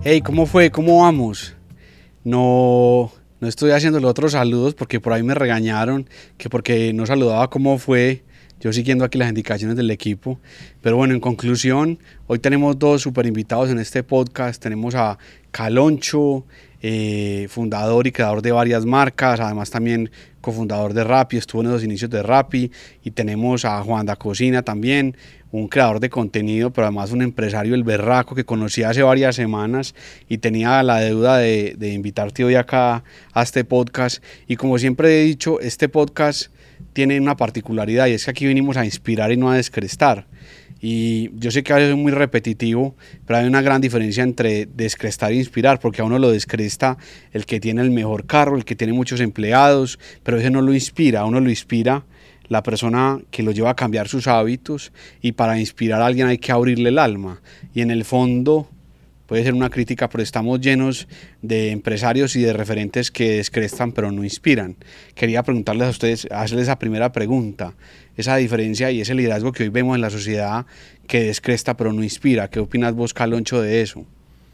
Hey, ¿cómo fue? ¿Cómo vamos? No estoy haciendo los otros saludos porque por ahí me regañaron, que porque no saludaba cómo fue, yo siguiendo aquí las indicaciones del equipo. Pero bueno, en conclusión, hoy tenemos dos super invitados en este podcast. Tenemos a Caloncho, fundador y creador de varias marcas, además también cofundador de Rappi, estuvo en los inicios de Rappi. Y tenemos a Juan da Cocina también, un creador de contenido, pero además un empresario, el berraco, que conocí hace varias semanas y tenía la deuda de invitarte hoy acá a este podcast. Y como siempre he dicho, este podcast tiene una particularidad, y es que aquí venimos a inspirar y no a descrestar. Y yo sé que a veces es muy repetitivo, pero hay una gran diferencia entre descrestar e inspirar, porque a uno lo descresta el que tiene el mejor carro, el que tiene muchos empleados, pero ese no lo inspira. A uno lo inspira la persona que lo lleva a cambiar sus hábitos, y para inspirar a alguien hay que abrirle el alma. Y en el fondo puede ser una crítica, pero estamos llenos de empresarios y de referentes que descrestan pero no inspiran. Quería preguntarles a ustedes, hacerles esa primera pregunta, esa diferencia y ese liderazgo que hoy vemos en la sociedad que descresta pero no inspira. ¿Qué opinas vos, Caloncho, de eso?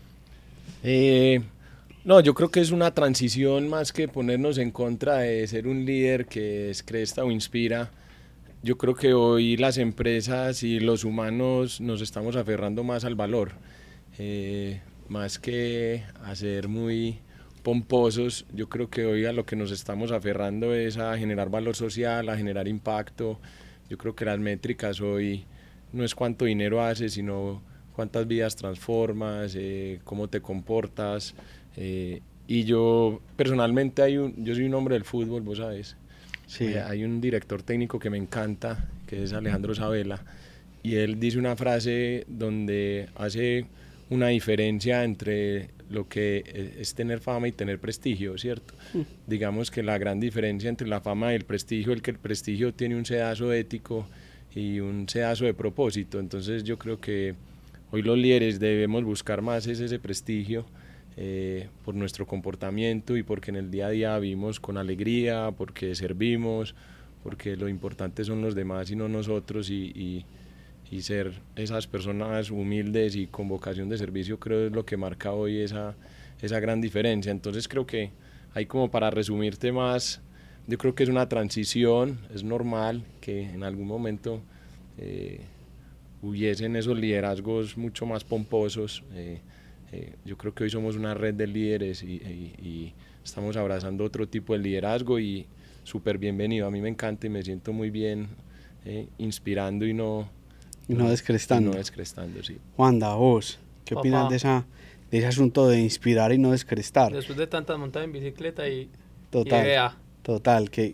No, yo creo que es una transición más que ponernos en contra de ser un líder que descresta o inspira. Yo creo que hoy las empresas y los humanos nos estamos aferrando más al valor. Más que a ser muy pomposos, yo creo que hoy a lo que nos estamos aferrando es a generar valor social, a generar impacto. Yo creo que las métricas hoy no es cuánto dinero haces, sino cuántas vidas transformas, cómo te comportas. Y yo personalmente yo soy un hombre del fútbol, vos sabes. Sí. Hay un director técnico que me encanta, que es Alejandro Sabela, y él dice una frase donde hace una diferencia entre lo que es tener fama y tener prestigio, ¿cierto? Digamos que la gran diferencia entre la fama y el prestigio es que el prestigio tiene un sedazo ético y un sedazo de propósito. Entonces yo creo que hoy los líderes debemos buscar más ese prestigio por nuestro comportamiento y porque en el día a día vivimos con alegría, porque servimos, porque lo importante son los demás y no nosotros, y ser esas personas humildes y con vocación de servicio, creo es lo que marca hoy esa gran diferencia. Entonces creo que hay, como para resumirte más, yo creo que es una transición, es normal que en algún momento hubiesen esos liderazgos mucho más pomposos. Yo creo que hoy somos una red de líderes y estamos abrazando otro tipo de liderazgo, y súper bienvenido. A mí me encanta y me siento muy bien inspirando y no descrestando. Y no descrestando, sí. Juanda, vos, ¿qué opinas de ese asunto de inspirar y no descrestar? Después de tantas montadas en bicicleta y Total, que...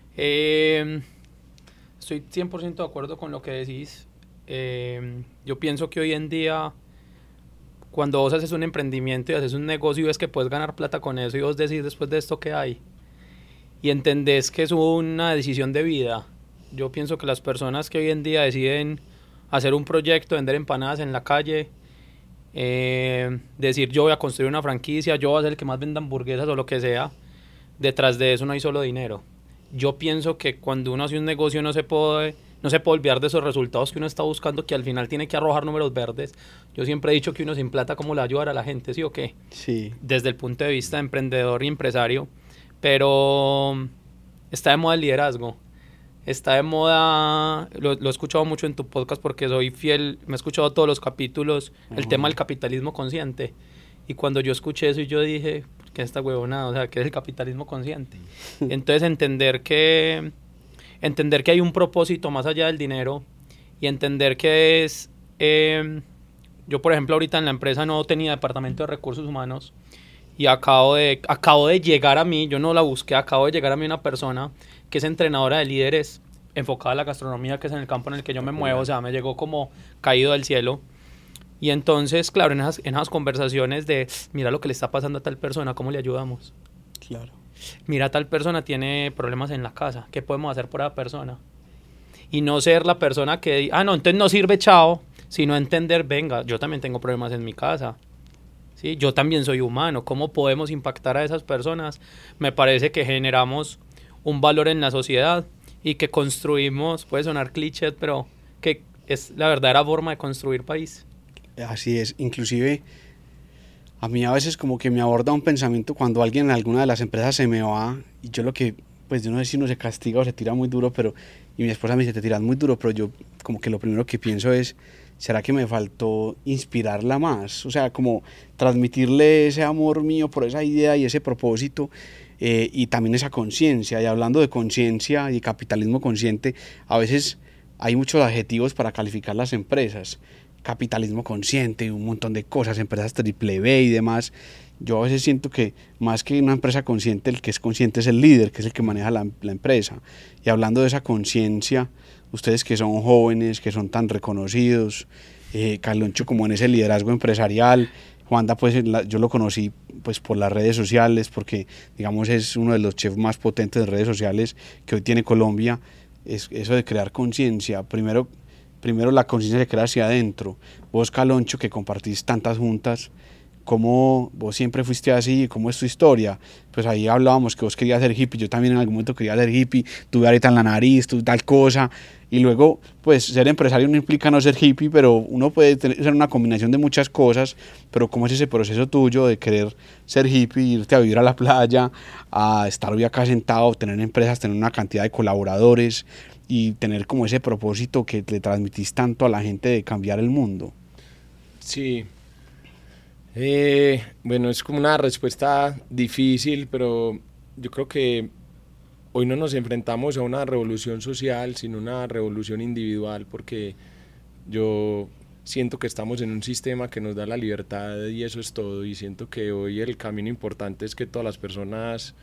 estoy 100% de acuerdo con lo que decís. Yo pienso que hoy en día, cuando vos haces un emprendimiento y haces un negocio y ves que puedes ganar plata con eso, y vos decís después de esto qué hay, y entendés que es una decisión de vida. Yo pienso que las personas que hoy en día deciden hacer un proyecto, vender empanadas en la calle, decir yo voy a construir una franquicia, yo voy a ser el que más venda hamburguesas o lo que sea, detrás de eso no hay solo dinero. Yo pienso que cuando uno hace un negocio no se puede olvidar de esos resultados que uno está buscando, que al final tiene que arrojar números verdes. Yo siempre he dicho que uno sin plata, ¿cómo le va a ayudar a la gente? ¿Sí o qué? Sí. Desde el punto de vista de emprendedor y empresario. Pero está de moda el liderazgo. Está de moda, lo he escuchado mucho en tu podcast porque soy fiel, me he escuchado todos los capítulos, el tema del capitalismo consciente. Y cuando yo escuché eso, yo dije, ¿qué es esta huevonada? O sea, ¿qué es el capitalismo consciente? Entonces entender que hay un propósito más allá del dinero, y entender que es... yo, por ejemplo, ahorita en la empresa no tenía departamento de recursos humanos, y acabo de llegar a mí, yo no la busqué, acabo de llegar a mí una persona que es entrenadora de líderes enfocada a la gastronomía, que es en el campo en el que yo me muevo. O sea, me llegó como caído del cielo. Y entonces, claro, en esas conversaciones de, mira lo que le está pasando a tal persona, ¿cómo le ayudamos? Claro. Mira, tal persona tiene problemas en la casa, ¿qué podemos hacer por esa persona? Y no ser la persona que, no, entonces no sirve, chao, sino entender, venga, yo también tengo problemas en mi casa. ¿Sí? Yo también soy humano, ¿cómo podemos impactar a esas personas? Me parece que generamos un valor en la sociedad y que construimos, puede sonar cliché, pero que es la verdadera forma de construir país. Así es, inclusive a mí a veces como que me aborda un pensamiento cuando alguien en alguna de las empresas se me va y yo lo que, pues yo no sé si uno se castiga o se tira muy duro, pero, y mi esposa me dice, te tiras muy duro, pero yo como que lo primero que pienso es, ¿será que me faltó inspirarla más? O sea, como transmitirle ese amor mío por esa idea y ese propósito y también esa conciencia. Y hablando de conciencia y capitalismo consciente, a veces hay muchos adjetivos para calificar las empresas. Capitalismo consciente, un montón de cosas, empresas triple B y demás. Yo a veces siento que más que una empresa consciente, el que es consciente es el líder, que es el que maneja la empresa. Y hablando de esa conciencia, ustedes que son jóvenes, que son tan reconocidos, Carloncho como en ese liderazgo empresarial, Juanda pues yo lo conocí pues por las redes sociales, porque digamos es uno de los chefs más potentes de redes sociales que hoy tiene Colombia. Es eso de crear conciencia, primero la conciencia se crea hacia adentro. Vos, Caloncho, que compartís tantas juntas, ¿cómo vos siempre fuiste así? ¿Cómo es tu historia? Pues ahí hablábamos que vos querías ser hippie, yo también en algún momento quería ser hippie, tuve ahorita en la nariz, tuve tal cosa, y luego, pues ser empresario no implica no ser hippie, pero uno puede ser una combinación de muchas cosas, pero ¿cómo es ese proceso tuyo de querer ser hippie, irte a vivir a la playa, a estar hoy acá sentado, tener empresas, tener una cantidad de colaboradores y tener como ese propósito que le transmitís tanto a la gente de cambiar el mundo? Sí. Bueno, es como una respuesta difícil, pero yo creo que hoy no nos enfrentamos a una revolución social, sino una revolución individual, porque yo siento que estamos en un sistema que nos da la libertad y eso es todo, y siento que hoy el camino importante es que todas las personas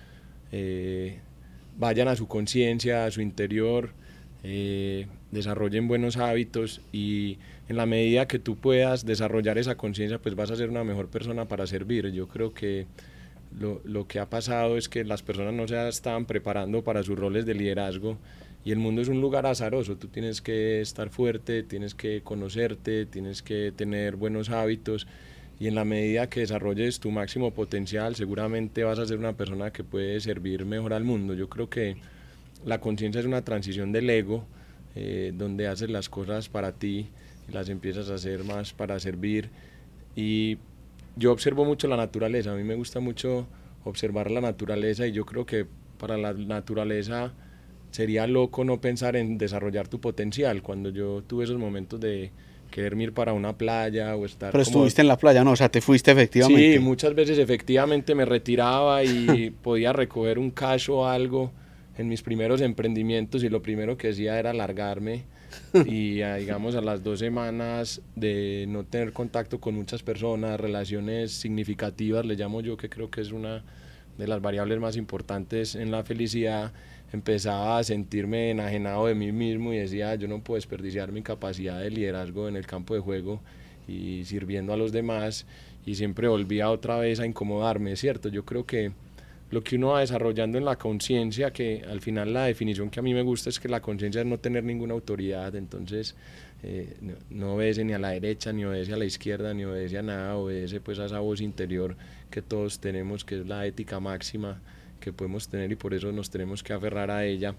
vayan a su conciencia, a su interior, desarrollen buenos hábitos, y en la medida que tú puedas desarrollar esa conciencia, pues vas a ser una mejor persona para servir. Yo creo que lo que ha pasado es que las personas no se estaban preparando para sus roles de liderazgo, y el mundo es un lugar azaroso. Tú tienes que estar fuerte, tienes que conocerte, tienes que tener buenos hábitos, y en la medida que desarrolles tu máximo potencial, seguramente vas a ser una persona que puede servir mejor al mundo. Yo creo que la conciencia es una transición del ego, donde haces las cosas para ti y las empiezas a hacer más para servir. Y yo observo mucho la naturaleza, a mí me gusta mucho observar la naturaleza, y yo creo que para la naturaleza sería loco no pensar en desarrollar tu potencial. Cuando yo tuve esos momentos de quererme ir para una playa o estar... Pero estuviste en la playa, ¿no? O sea, te fuiste efectivamente. Sí, muchas veces efectivamente me retiraba y podía recoger un cash o algo en mis primeros emprendimientos, y lo primero que hacía era largarme y digamos a las 2 semanas de no tener contacto con muchas personas, relaciones significativas, le llamo yo, que creo que es una de las variables más importantes en la felicidad, empezaba a sentirme enajenado de mí mismo y decía, yo no puedo desperdiciar mi capacidad de liderazgo en el campo de juego y sirviendo a los demás, y siempre volvía otra vez a incomodarme, ¿cierto? Yo creo que lo que uno va desarrollando en la conciencia, que al final la definición que a mí me gusta es que la conciencia es no tener ninguna autoridad, entonces no obedece ni a la derecha, ni obedece a la izquierda, ni obedece a nada, obedece pues a esa voz interior que todos tenemos, que es la ética máxima que podemos tener, y por eso nos tenemos que aferrar a ella.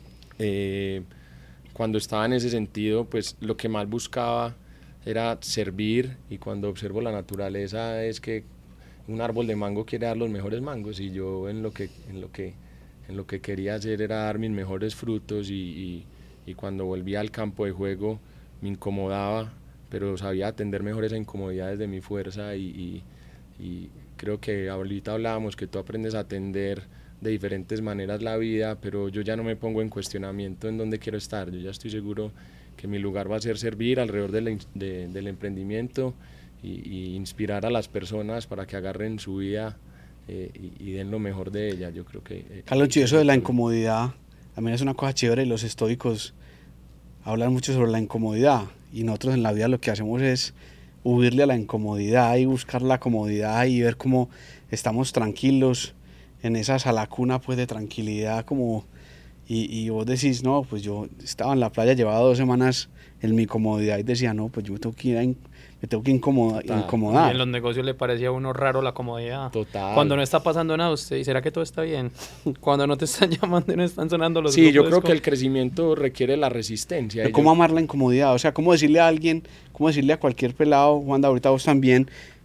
Cuando estaba en ese sentido, pues lo que más buscaba era servir, y cuando observo la naturaleza es que un árbol de mango quiere dar los mejores mangos, y yo en lo que quería hacer era dar mis mejores frutos, y cuando volvía al campo de juego me incomodaba, pero sabía atender mejor esa incomodidad desde mi fuerza, y creo que ahorita hablábamos que tú aprendes a atender de diferentes maneras la vida, pero yo ya no me pongo en cuestionamiento en dónde quiero estar. Yo ya estoy seguro que mi lugar va a ser servir alrededor del emprendimiento, y inspirar a las personas para que agarren su vida y den lo mejor de ella. Yo creo que... Carlos, eso de la incomodidad también es una cosa chévere. Los estoicos hablan mucho sobre la incomodidad, y nosotros en la vida lo que hacemos es huirle a la incomodidad y buscar la comodidad y ver cómo estamos tranquilos en esa salacuna pues de tranquilidad, como y vos decís, no, pues yo estaba en la playa, llevaba 2 semanas en mi comodidad, y decía, no, pues yo me tengo que incomodar. Y en los negocios le parecía a uno raro la comodidad. Total. Cuando no está pasando nada, usted dice, ¿será que todo está bien? Cuando no te están llamando y no están sonando los Sí, yo creo que el crecimiento requiere la resistencia. Pero ¿cómo amar la incomodidad? O sea, ¿cómo decirle a alguien, cómo decirle a cualquier pelado, Juanda, ahorita vos también,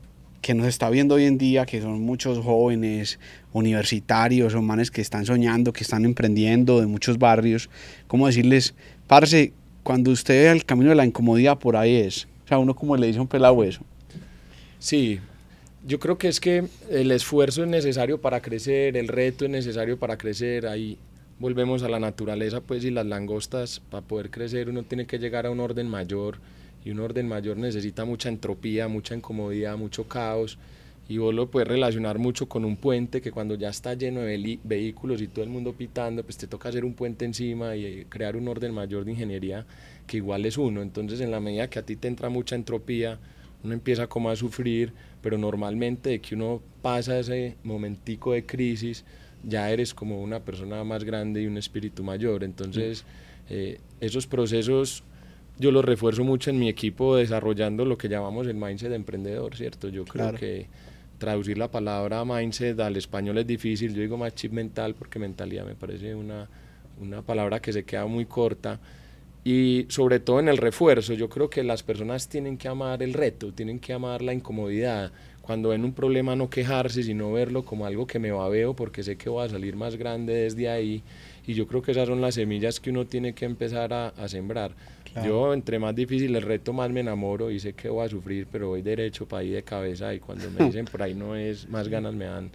que nos está viendo hoy en día, que son muchos jóvenes, universitarios o manes que están soñando, que están emprendiendo de muchos barrios, ¿cómo decirles, parce, cuando usted ve el camino de la incomodidad, por ahí es? O sea, uno como le dice a un pelado eso. Sí, yo creo que es que el esfuerzo es necesario para crecer, el reto es necesario para crecer, ahí volvemos a la naturaleza, pues, y las langostas, para poder crecer uno tiene que llegar a un orden mayor, y un orden mayor necesita mucha entropía, mucha incomodidad, mucho caos, y vos lo puedes relacionar mucho con un puente que cuando ya está lleno de vehículos y todo el mundo pitando, pues te toca hacer un puente encima y crear un orden mayor de ingeniería que igual es uno. Entonces, en la medida que a ti te entra mucha entropía, uno empieza como a sufrir, pero normalmente de que uno pasa ese momentico de crisis, ya eres como una persona más grande y un espíritu mayor. Entonces, esos procesos yo los refuerzo mucho en mi equipo desarrollando lo que llamamos el mindset de emprendedor, ¿cierto? Yo creo que traducir la palabra mindset al español es difícil, yo digo más chip mental porque mentalidad me parece una palabra que se queda muy corta, y sobre todo en el refuerzo, yo creo que las personas tienen que amar el reto, tienen que amar la incomodidad, cuando ven un problema no quejarse, sino verlo como algo que me babeo porque sé que voy a salir más grande desde ahí, y yo creo que esas son las semillas que uno tiene que empezar a sembrar. Claro. Yo, entre más difícil el reto, más me enamoro y sé que voy a sufrir, pero voy derecho para ahí de cabeza, y cuando me dicen por ahí no es, más ganas me dan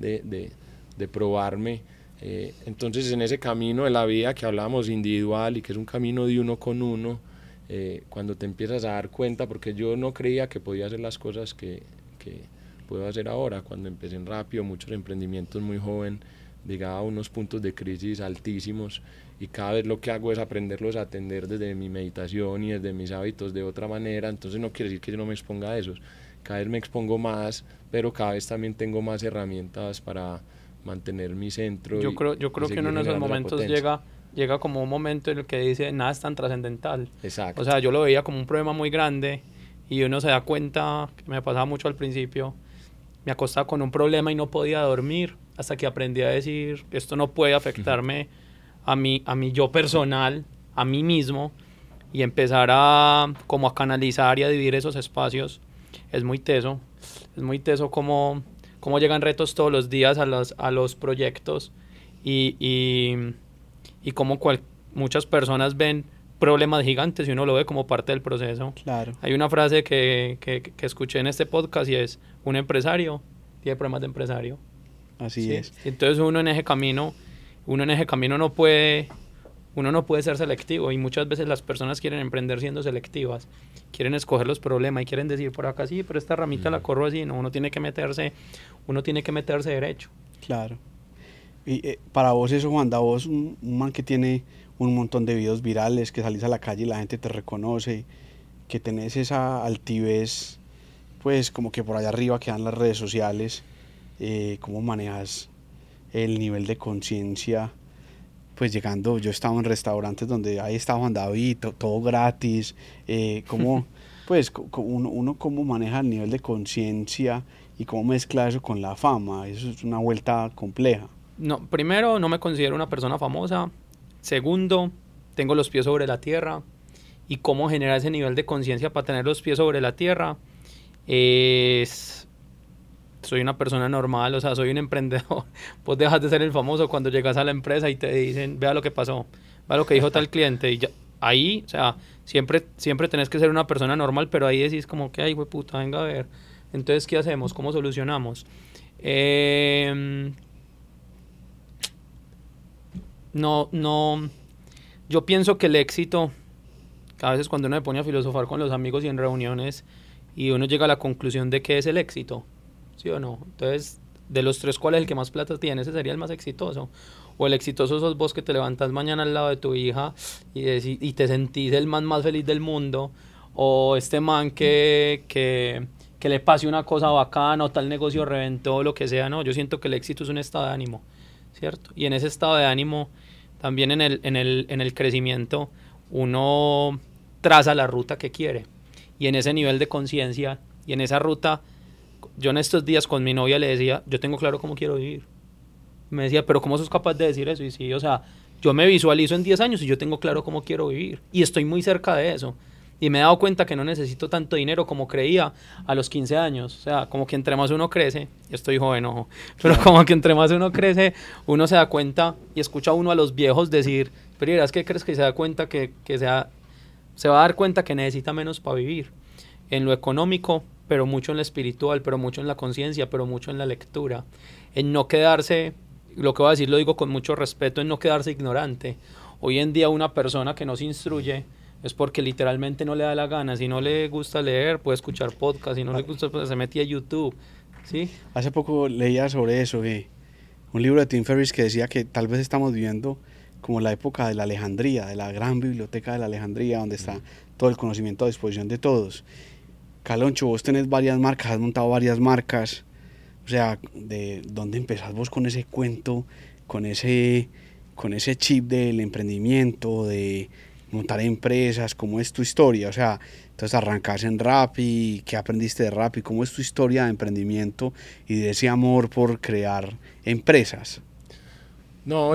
de probarme. Entonces, en ese camino de la vida que hablábamos individual y que es un camino de uno con uno, cuando te empiezas a dar cuenta, porque yo no creía que podía hacer las cosas que puedo hacer ahora, cuando empecé en Rápido, muchos emprendimientos muy joven, llegaba a unos puntos de crisis altísimos, y cada vez lo que hago es aprenderlos a atender desde mi meditación y desde mis hábitos de otra manera. Entonces no quiere decir que yo no me exponga a esos, cada vez me expongo más, pero cada vez también tengo más herramientas para mantener mi centro. Yo creo que uno en esos momentos llega como un momento en el que dice nada es tan trascendental. Exacto. O sea, yo lo veía como un problema muy grande, y uno se da cuenta, que me pasaba mucho al principio, me acostaba con un problema y no podía dormir, hasta que aprendí a decir, esto no puede afectarme a mí yo personal, a mí mismo, y empezar a canalizar y a dividir esos espacios. Es muy teso cómo llegan retos todos los días a los proyectos, y cómo muchas personas ven problemas gigantes y uno lo ve como parte del proceso. Claro. Hay una frase que escuché en este podcast, y es: un empresario tiene problemas de empresario. Así es. Entonces uno en ese camino no puede ser selectivo, y muchas veces las personas quieren emprender siendo selectivas, quieren escoger los problemas y quieren decir por acá sí, pero esta ramita la corro así. No, uno tiene que meterse derecho. Claro. Y para vos eso, Juanda, vos un man que tiene un montón de videos virales, que salís a la calle y la gente te reconoce, que tenés esa altivez, pues como que por allá arriba que dan las redes sociales, ¿cómo manejas el nivel de conciencia? Pues llegando, yo estaba en restaurantes donde ahí estaba Juan David, todo gratis, ¿cómo maneja el nivel de conciencia y cómo mezcla eso con la fama? Eso es una vuelta compleja. No, primero, no me considero una persona famosa. Segundo, tengo los pies sobre la tierra. Y cómo generar ese nivel de conciencia para tener los pies sobre la tierra soy una persona normal, o sea, soy un emprendedor. Vos dejas de ser el famoso cuando llegas a la empresa y te dicen, vea lo que pasó, vea lo que dijo tal cliente, y ya, ahí, o sea, siempre tenés que ser una persona normal, pero ahí decís como que, ay, güey, puta, venga a ver. Entonces, ¿qué hacemos? ¿Cómo solucionamos? Yo pienso que el éxito, a veces cuando uno me pone a filosofar con los amigos y en reuniones, y uno llega a la conclusión de qué es el éxito, ¿sí o no? Entonces, de los tres, ¿cuál es el que más plata tiene? Ese sería el más exitoso. O el exitoso sos vos, que te levantas mañana al lado de tu hija y te sentís el man más feliz del mundo. O este man que le pase una cosa bacana, o tal negocio reventó, lo que sea. No, yo siento que el éxito es un estado de ánimo, ¿cierto? Y en ese estado de ánimo, también en el crecimiento, uno traza la ruta que quiere. Y en ese nivel de conciencia y en esa ruta, yo en estos días con mi novia le decía, yo tengo claro cómo quiero vivir. Me decía, pero ¿cómo sos capaz de decir eso? Y sí, o sea, yo me visualizo en 10 años y yo tengo claro cómo quiero vivir. Y estoy muy cerca de eso. y me he dado cuenta que no necesito tanto dinero como creía a los 15 años. O sea, como que entre más uno crece, yo estoy joven, ojo, pero como que entre más uno crece, uno se da cuenta y escucha a uno a los viejos decir, pero dirás, ¿qué crees que se da cuenta se va a dar cuenta que necesita menos para vivir? En lo económico, pero mucho en lo espiritual, pero mucho en la conciencia, pero mucho en la lectura. En no quedarse, lo que voy a decir lo digo con mucho respeto, en no quedarse ignorante. Hoy en día una persona que no se instruye es porque literalmente no le da la gana. Si no le gusta leer, puede escuchar podcast. Si no le gusta, pues se mete a YouTube. ¿Sí? Hace poco leía sobre eso, un libro de Tim Ferriss que decía que tal vez estamos viviendo como la época de la Alejandría, de la gran biblioteca de la Alejandría, donde está todo el conocimiento a disposición de todos. Caloncho, vos tenés varias marcas, has montado varias marcas. O sea, ¿de dónde empezás vos con ese cuento, con ese chip del emprendimiento, de montar empresas? ¿Cómo es tu historia? O sea, entonces arrancás en Rappi, ¿qué aprendiste de Rappi? ¿Cómo es tu historia de emprendimiento y de ese amor por crear empresas? No,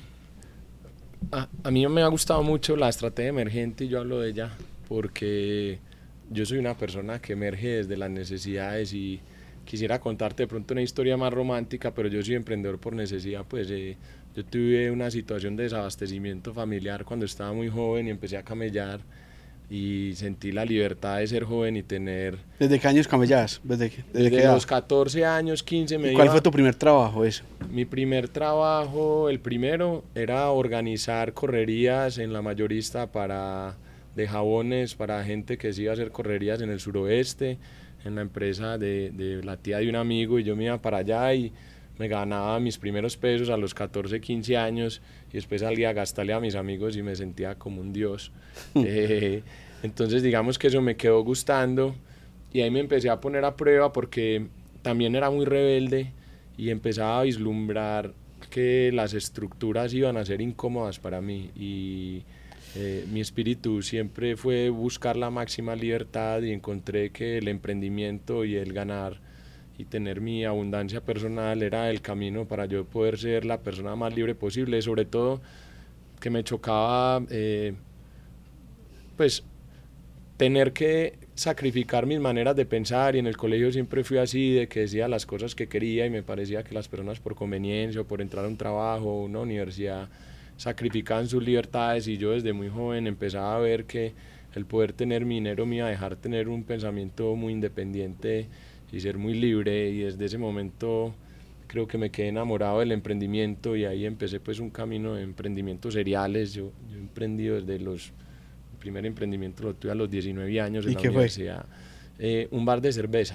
a mí me ha gustado mucho la estrategia emergente y yo hablo de ella porque yo soy una persona que emerge desde las necesidades y quisiera contarte de pronto una historia más romántica, pero yo soy emprendedor por necesidad. Pues yo tuve una situación de desabastecimiento familiar cuando estaba muy joven y empecé a camellar y sentí la libertad de ser joven y tener... ¿Desde qué años camellabas? Desde los 14 años, 15 me ¿Y cuál iba... fue tu primer trabajo eso? Mi primer trabajo, el primero, era organizar correrías en la mayorista de jabones para gente que se iba a hacer correrías en el suroeste, en la empresa de la tía de un amigo, y yo me iba para allá y me ganaba mis primeros pesos a los 14, 15 años y después salía a gastarle a mis amigos y me sentía como un dios. Entonces digamos que eso me quedó gustando y ahí me empecé a poner a prueba porque también era muy rebelde y empezaba a vislumbrar que las estructuras iban a ser incómodas para mí y mi espíritu siempre fue buscar la máxima libertad y encontré que el emprendimiento y el ganar y tener mi abundancia personal era el camino para yo poder ser la persona más libre posible, sobre todo que me chocaba pues tener que sacrificar mis maneras de pensar, y en el colegio siempre fui así, de que decía las cosas que quería y me parecía que las personas por conveniencia o por entrar a un trabajo o una universidad sacrificaban sus libertades, y yo desde muy joven empezaba a ver que el poder tener mi dinero me iba a dejar tener un pensamiento muy independiente y ser muy libre, y desde ese momento creo que me quedé enamorado del emprendimiento y ahí empecé pues un camino de emprendimientos seriales. Yo he emprendido desde el primer emprendimiento lo tuve a los 19 años en la universidad. Un bar de cerveza.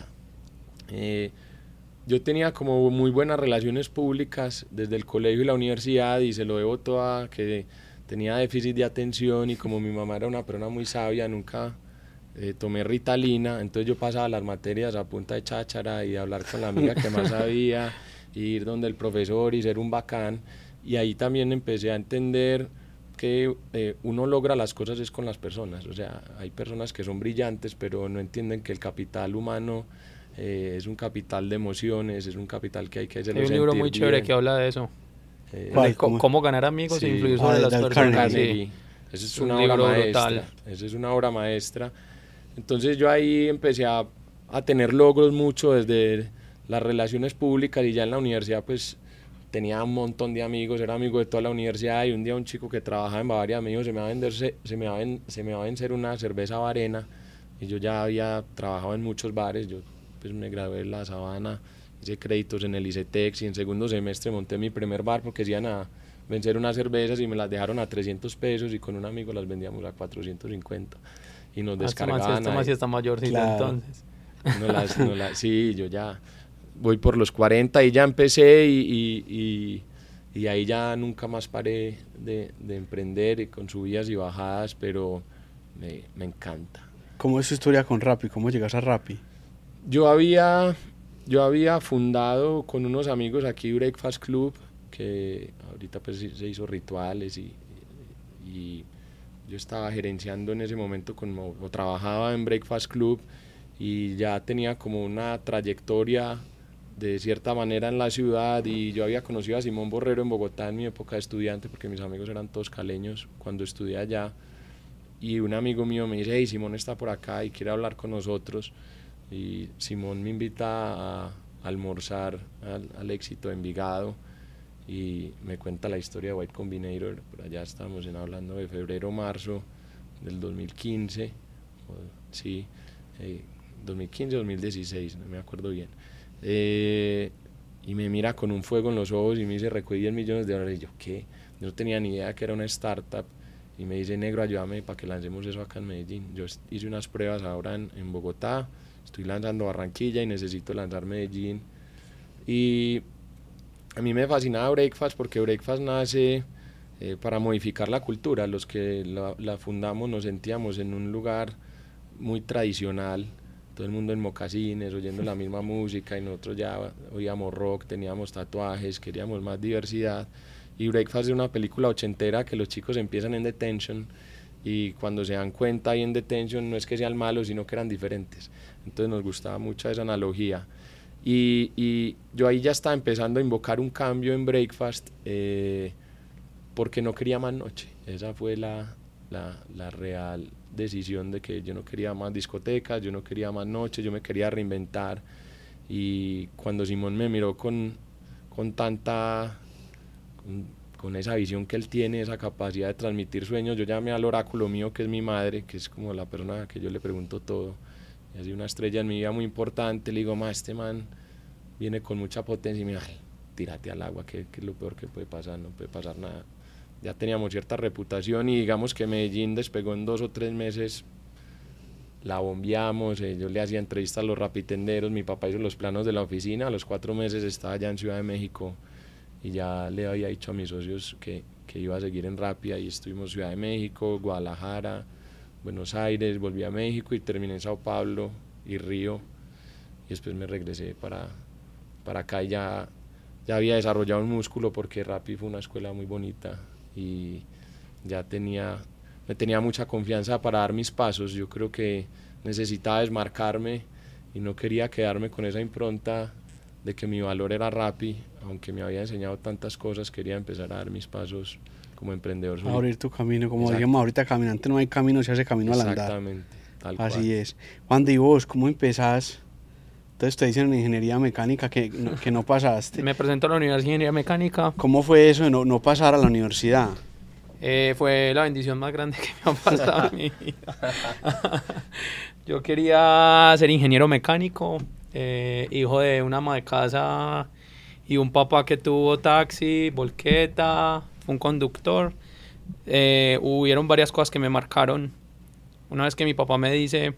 Yo tenía como muy buenas relaciones públicas desde el colegio y la universidad, y se lo debo todo a que tenía déficit de atención, y como mi mamá era una persona muy sabia, nunca tomé Ritalina, entonces yo pasaba las materias a punta de cháchara y hablar con la amiga que más sabía, y ir donde el profesor y ser un bacán, y ahí también empecé a entender que uno logra las cosas es con las personas. O sea, hay personas que son brillantes pero no entienden que el capital humano es un capital de emociones, es un capital que hay que hacerlo sentir bien. Hay un libro muy chévere que habla de eso. ¿Cómo ganar amigos e influir sobre las personas? Sí. Esa es una obra maestra. Esa es una obra maestra. Entonces yo ahí empecé a tener logros mucho desde las relaciones públicas, y ya en la universidad pues tenía un montón de amigos, era amigo de toda la universidad, y un día un chico que trabajaba en Bavaria me dijo, se me va a vencer una cerveza Varena, y yo ya había trabajado en muchos bares. Yo pues me gradué en La Sabana, hice créditos en el ICETEX, y en segundo semestre monté mi primer bar porque se iban a vencer unas cervezas y me las dejaron a 300 pesos, y con un amigo las vendíamos a 450 y nos descargaban. Este está mayorcito, claro. Entonces. Sí, yo ya voy por los 40 y ya empecé, y ahí ya nunca más paré de emprender, y con subidas y bajadas, pero me encanta. ¿Cómo es tu historia con Rappi? ¿Cómo llegas a Rappi? Yo había fundado con unos amigos aquí Breakfast Club, que ahorita pues se hizo Rituales, y yo estaba gerenciando en ese momento o trabajaba en Breakfast Club, y ya tenía como una trayectoria de cierta manera en la ciudad, y yo había conocido a Simón Borrero en Bogotá en mi época de estudiante, porque mis amigos eran todos caleños cuando estudié allá, y un amigo mío me dice, hey, Simón está por acá y quiere hablar con nosotros, y Simón me invita a almorzar al Éxito de Envigado y me cuenta la historia de White Combinator. Por allá estamos hablando de febrero, marzo del 2015, sí, 2015 o 2016, no me acuerdo bien, y me mira con un fuego en los ojos y me dice, recogí 10 millones de dólares, y yo, ¿qué? Yo no tenía ni idea que era una startup, y me dice, negro, ayúdame para que lancemos eso acá en Medellín. Yo hice unas pruebas ahora en Bogotá, estoy lanzando Barranquilla y necesito lanzar Medellín. Y a mí me fascinaba Breakfast porque Breakfast nace para modificar la cultura. Los que la fundamos nos sentíamos en un lugar muy tradicional, todo el mundo en mocasines, oyendo la misma música, y nosotros ya oíamos rock, teníamos tatuajes, queríamos más diversidad. Y Breakfast es una película ochentera que los chicos empiezan en detention, y cuando se dan cuenta ahí en detention no es que sean malos, sino que eran diferentes. Entonces nos gustaba mucho esa analogía. Y yo ahí ya estaba empezando a invocar un cambio en Breakfast, porque no quería más noche. Esa fue la real decisión de que yo no quería más discotecas, yo no quería más noche, yo me quería reinventar. Y cuando Simón me miró con esa visión que él tiene, esa capacidad de transmitir sueños, yo llamé al oráculo mío, que es mi madre, que es como la persona a que yo le pregunto todo, y así una estrella en mi vida muy importante. Le digo, este man viene con mucha potencia, y me dijo, tírate al agua, que es lo peor que puede pasar, no puede pasar nada. Ya teníamos cierta reputación, y digamos que Medellín despegó en 2 o 3 meses, la bombeamos, yo le hacía entrevistas a los rapitenderos, mi papá hizo los planos de la oficina, a los 4 meses estaba ya en Ciudad de México, y ya le había dicho a mis socios que iba a seguir en Rappi. Y estuvimos Ciudad de México, Guadalajara, Buenos Aires, volví a México y terminé en Sao Paulo y Río, y después me regresé para acá, y ya había desarrollado un músculo, porque Rappi fue una escuela muy bonita y ya me tenía mucha confianza para dar mis pasos. Yo creo que necesitaba desmarcarme y no quería quedarme con esa impronta de que mi valor era Rappi, aunque me había enseñado tantas cosas. Quería empezar a dar mis pasos como emprendedor. A abrir tu camino, como digamos ahorita, caminante no hay camino, se hace camino al andar. Exactamente, tal cual. Así es. Juan, ¿y vos cómo empezás? Entonces te dicen en ingeniería mecánica que no pasaste. Me presento a la Universidad de Ingeniería Mecánica. ¿Cómo fue eso de no pasar a la universidad? Fue la bendición más grande que me ha pasado en mi vida. Yo quería ser ingeniero mecánico, hijo de una ama de casa y un papá que tuvo taxi, volqueta, fue un conductor. Hubieron varias cosas que me marcaron. Una vez que mi papá me dice,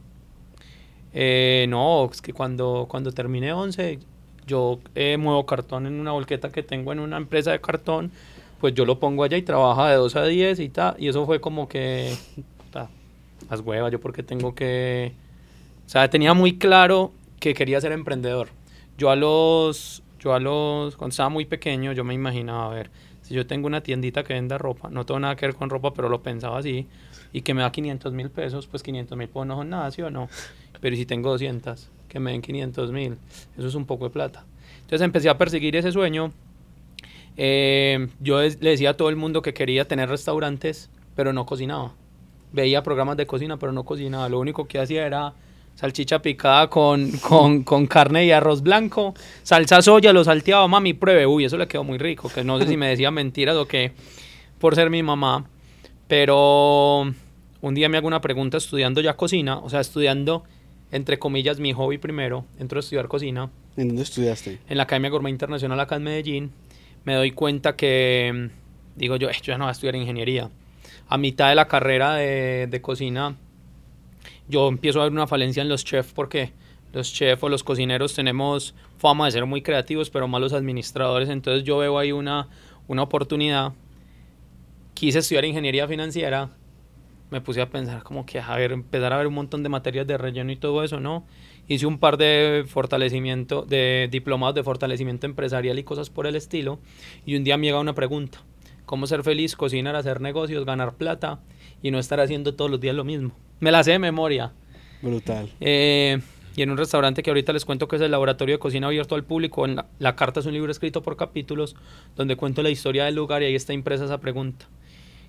no, es que cuando termine 11, yo muevo cartón en una volqueta que tengo en una empresa de cartón, pues yo lo pongo allá y trabaja de 2 a 10 y tal. Y eso fue como que, las huevas, yo porque tengo que... O sea, tenía muy claro que quería ser emprendedor. Cuando estaba muy pequeño, yo me imaginaba, a ver, si yo tengo una tiendita que venda ropa, no tengo nada que ver con ropa, pero lo pensaba así, y que me da 500,000 pesos, pues 500,000 pues no son nada, ¿sí o no? Pero si tengo 200, que me den 500,000, eso es un poco de plata. Entonces empecé a perseguir ese sueño. Yo le decía a todo el mundo que quería tener restaurantes, pero no cocinaba. Veía programas de cocina, pero no cocinaba. Lo único que hacía era salchicha picada con carne y arroz blanco, salsa soya, lo salteaba, mami, pruebe. Uy, eso le quedó muy rico, que no sé si me decía mentiras o qué, por ser mi mamá. Pero un día me hago una pregunta estudiando ya cocina, o sea, estudiando, entre comillas, mi hobby primero. Entro a estudiar cocina. ¿En dónde estudiaste? En la Academia Gourmet Internacional acá en Medellín. Me doy cuenta que, digo yo ya no voy a estudiar ingeniería. A mitad de la carrera de cocina, yo empiezo a ver una falencia en los chefs, porque los chefs o los cocineros tenemos fama de ser muy creativos, pero malos administradores. Entonces yo veo ahí una oportunidad. Quise estudiar ingeniería financiera. Me puse a pensar como que, empezar a ver un montón de materias de relleno y todo eso, ¿no? Hice un par de diplomados de fortalecimiento empresarial y cosas por el estilo. Y un día me llega una pregunta: ¿cómo ser feliz, cocinar, hacer negocios, ganar plata y no estar haciendo todos los días lo mismo? Me la sé de memoria. Brutal. Y en un restaurante que ahorita les cuento que es el Laboratorio de Cocina Abierto al Público, la carta es un libro escrito por capítulos donde cuento la historia del lugar, y ahí está impresa esa pregunta.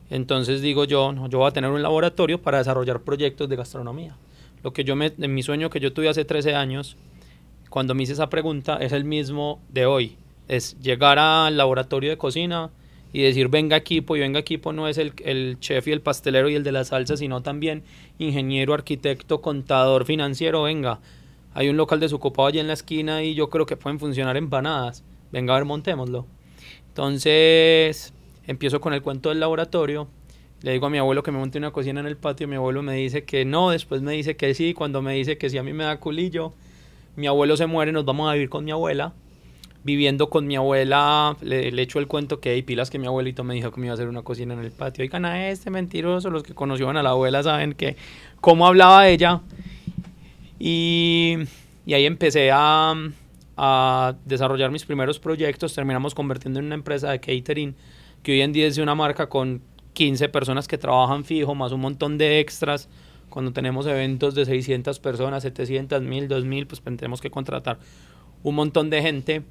Entonces digo yo, no, yo voy a tener un laboratorio para desarrollar proyectos de gastronomía. En mi sueño que yo tuve hace 13 años, cuando me hice esa pregunta, es el mismo de hoy. Es llegar al laboratorio de cocina y decir, venga equipo, y venga equipo no es el chef y el pastelero y el de la salsa, sino también ingeniero, arquitecto, contador, financiero, venga. Hay un local desocupado allí en la esquina y yo creo que pueden funcionar empanadas. Venga, a ver, montémoslo. Entonces, empiezo con el cuento del laboratorio. Le digo a mi abuelo que me monte una cocina en el patio. Mi abuelo me dice que no, después me dice que sí. Cuando me dice que sí, a mí me da culillo. Mi abuelo se muere, nos vamos a vivir con mi abuela. Viviendo con mi abuela, le echo el cuento que hay pilas que mi abuelito me dijo que me iba a hacer una cocina en el patio. Oigan, a este mentiroso, los que conocieron a la abuela saben que cómo hablaba ella. Y ahí empecé a desarrollar mis primeros proyectos. Terminamos convirtiendo en una empresa de catering que hoy en día es una marca con 15 personas que trabajan fijo, más un montón de extras. Cuando tenemos eventos de 600 personas, 700, 1000, 2000, pues tenemos que contratar un montón de gente.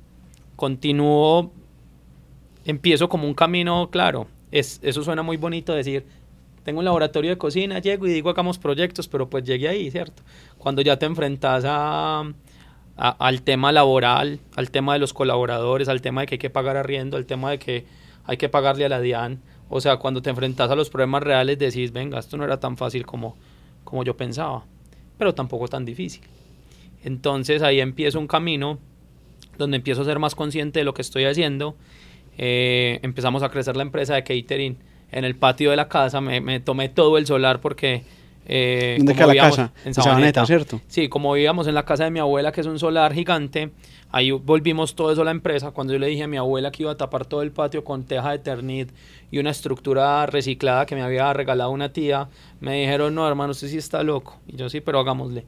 Empiezo como un camino, claro. Eso suena muy bonito decir, tengo un laboratorio de cocina, llego y digo hagamos proyectos, pero pues llegué ahí, ¿cierto? Cuando ya te enfrentas al tema laboral, al tema de los colaboradores, al tema de que hay que pagar arriendo, al tema de que hay que pagarle a la DIAN, o sea, cuando te enfrentas a los problemas reales decís, venga, esto no era tan fácil como yo pensaba, pero tampoco tan difícil. Entonces ahí empiezo un camino donde empiezo a ser más consciente de lo que estoy haciendo. Empezamos a crecer la empresa de catering en el patio de la casa. Me tomé todo el solar porque ¿dónde queda la casa? En Sabaneta, ¿cierto? Sí, como vivíamos en la casa de mi abuela, que es un solar gigante, ahí volvimos todo eso a la empresa. Cuando yo le dije a mi abuela que iba a tapar todo el patio con teja de Eternit y una estructura reciclada que me había regalado una tía, me dijeron, no, hermano, usted sí está loco. Y yo, sí, pero hagámosle.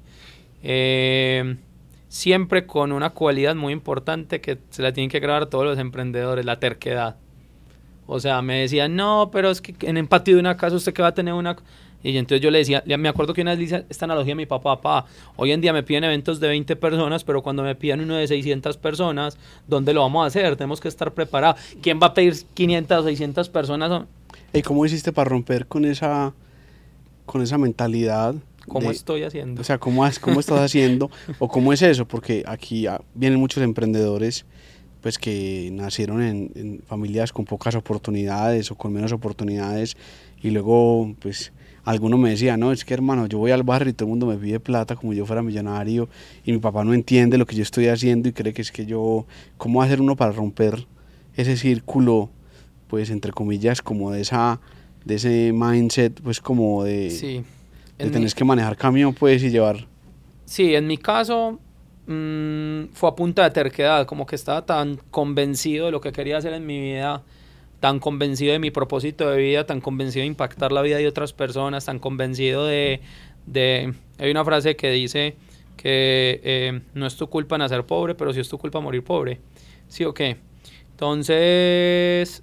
Siempre con una cualidad muy importante que se la tienen que grabar todos los emprendedores, la terquedad. O sea, me decían, no, pero es que en el patio de una casa usted que va a tener una... Y entonces yo le decía, me acuerdo que una vez le hice esta analogía a mi papá, hoy en día me piden eventos de 20 personas, pero cuando me piden uno de 600 personas, ¿dónde lo vamos a hacer? Tenemos que estar preparados. ¿Quién va a pedir 500 o 600 personas? ¿Y cómo hiciste para romper con esa mentalidad? ¿Cómo estoy haciendo? O sea, ¿cómo estás haciendo? ¿O cómo es eso? Porque aquí vienen muchos emprendedores pues que nacieron en familias con pocas oportunidades o con menos oportunidades y luego pues alguno me decía, no, es que hermano, yo voy al barrio y todo el mundo me pide plata como yo fuera millonario y mi papá no entiende lo que yo estoy haciendo y cree que es que yo, ¿cómo hacer uno para romper ese círculo, pues entre comillas, como de ese mindset, pues como de... Sí. Tenés que manejar camión, pues, y llevar... Sí, en mi caso fue a punta de terquedad, como que estaba tan convencido de lo que quería hacer en mi vida, tan convencido de mi propósito de vida, tan convencido de impactar la vida de otras personas, tan convencido de hay una frase que dice que no es tu culpa nacer pobre, pero sí es tu culpa morir pobre. ¿Sí o qué? Entonces...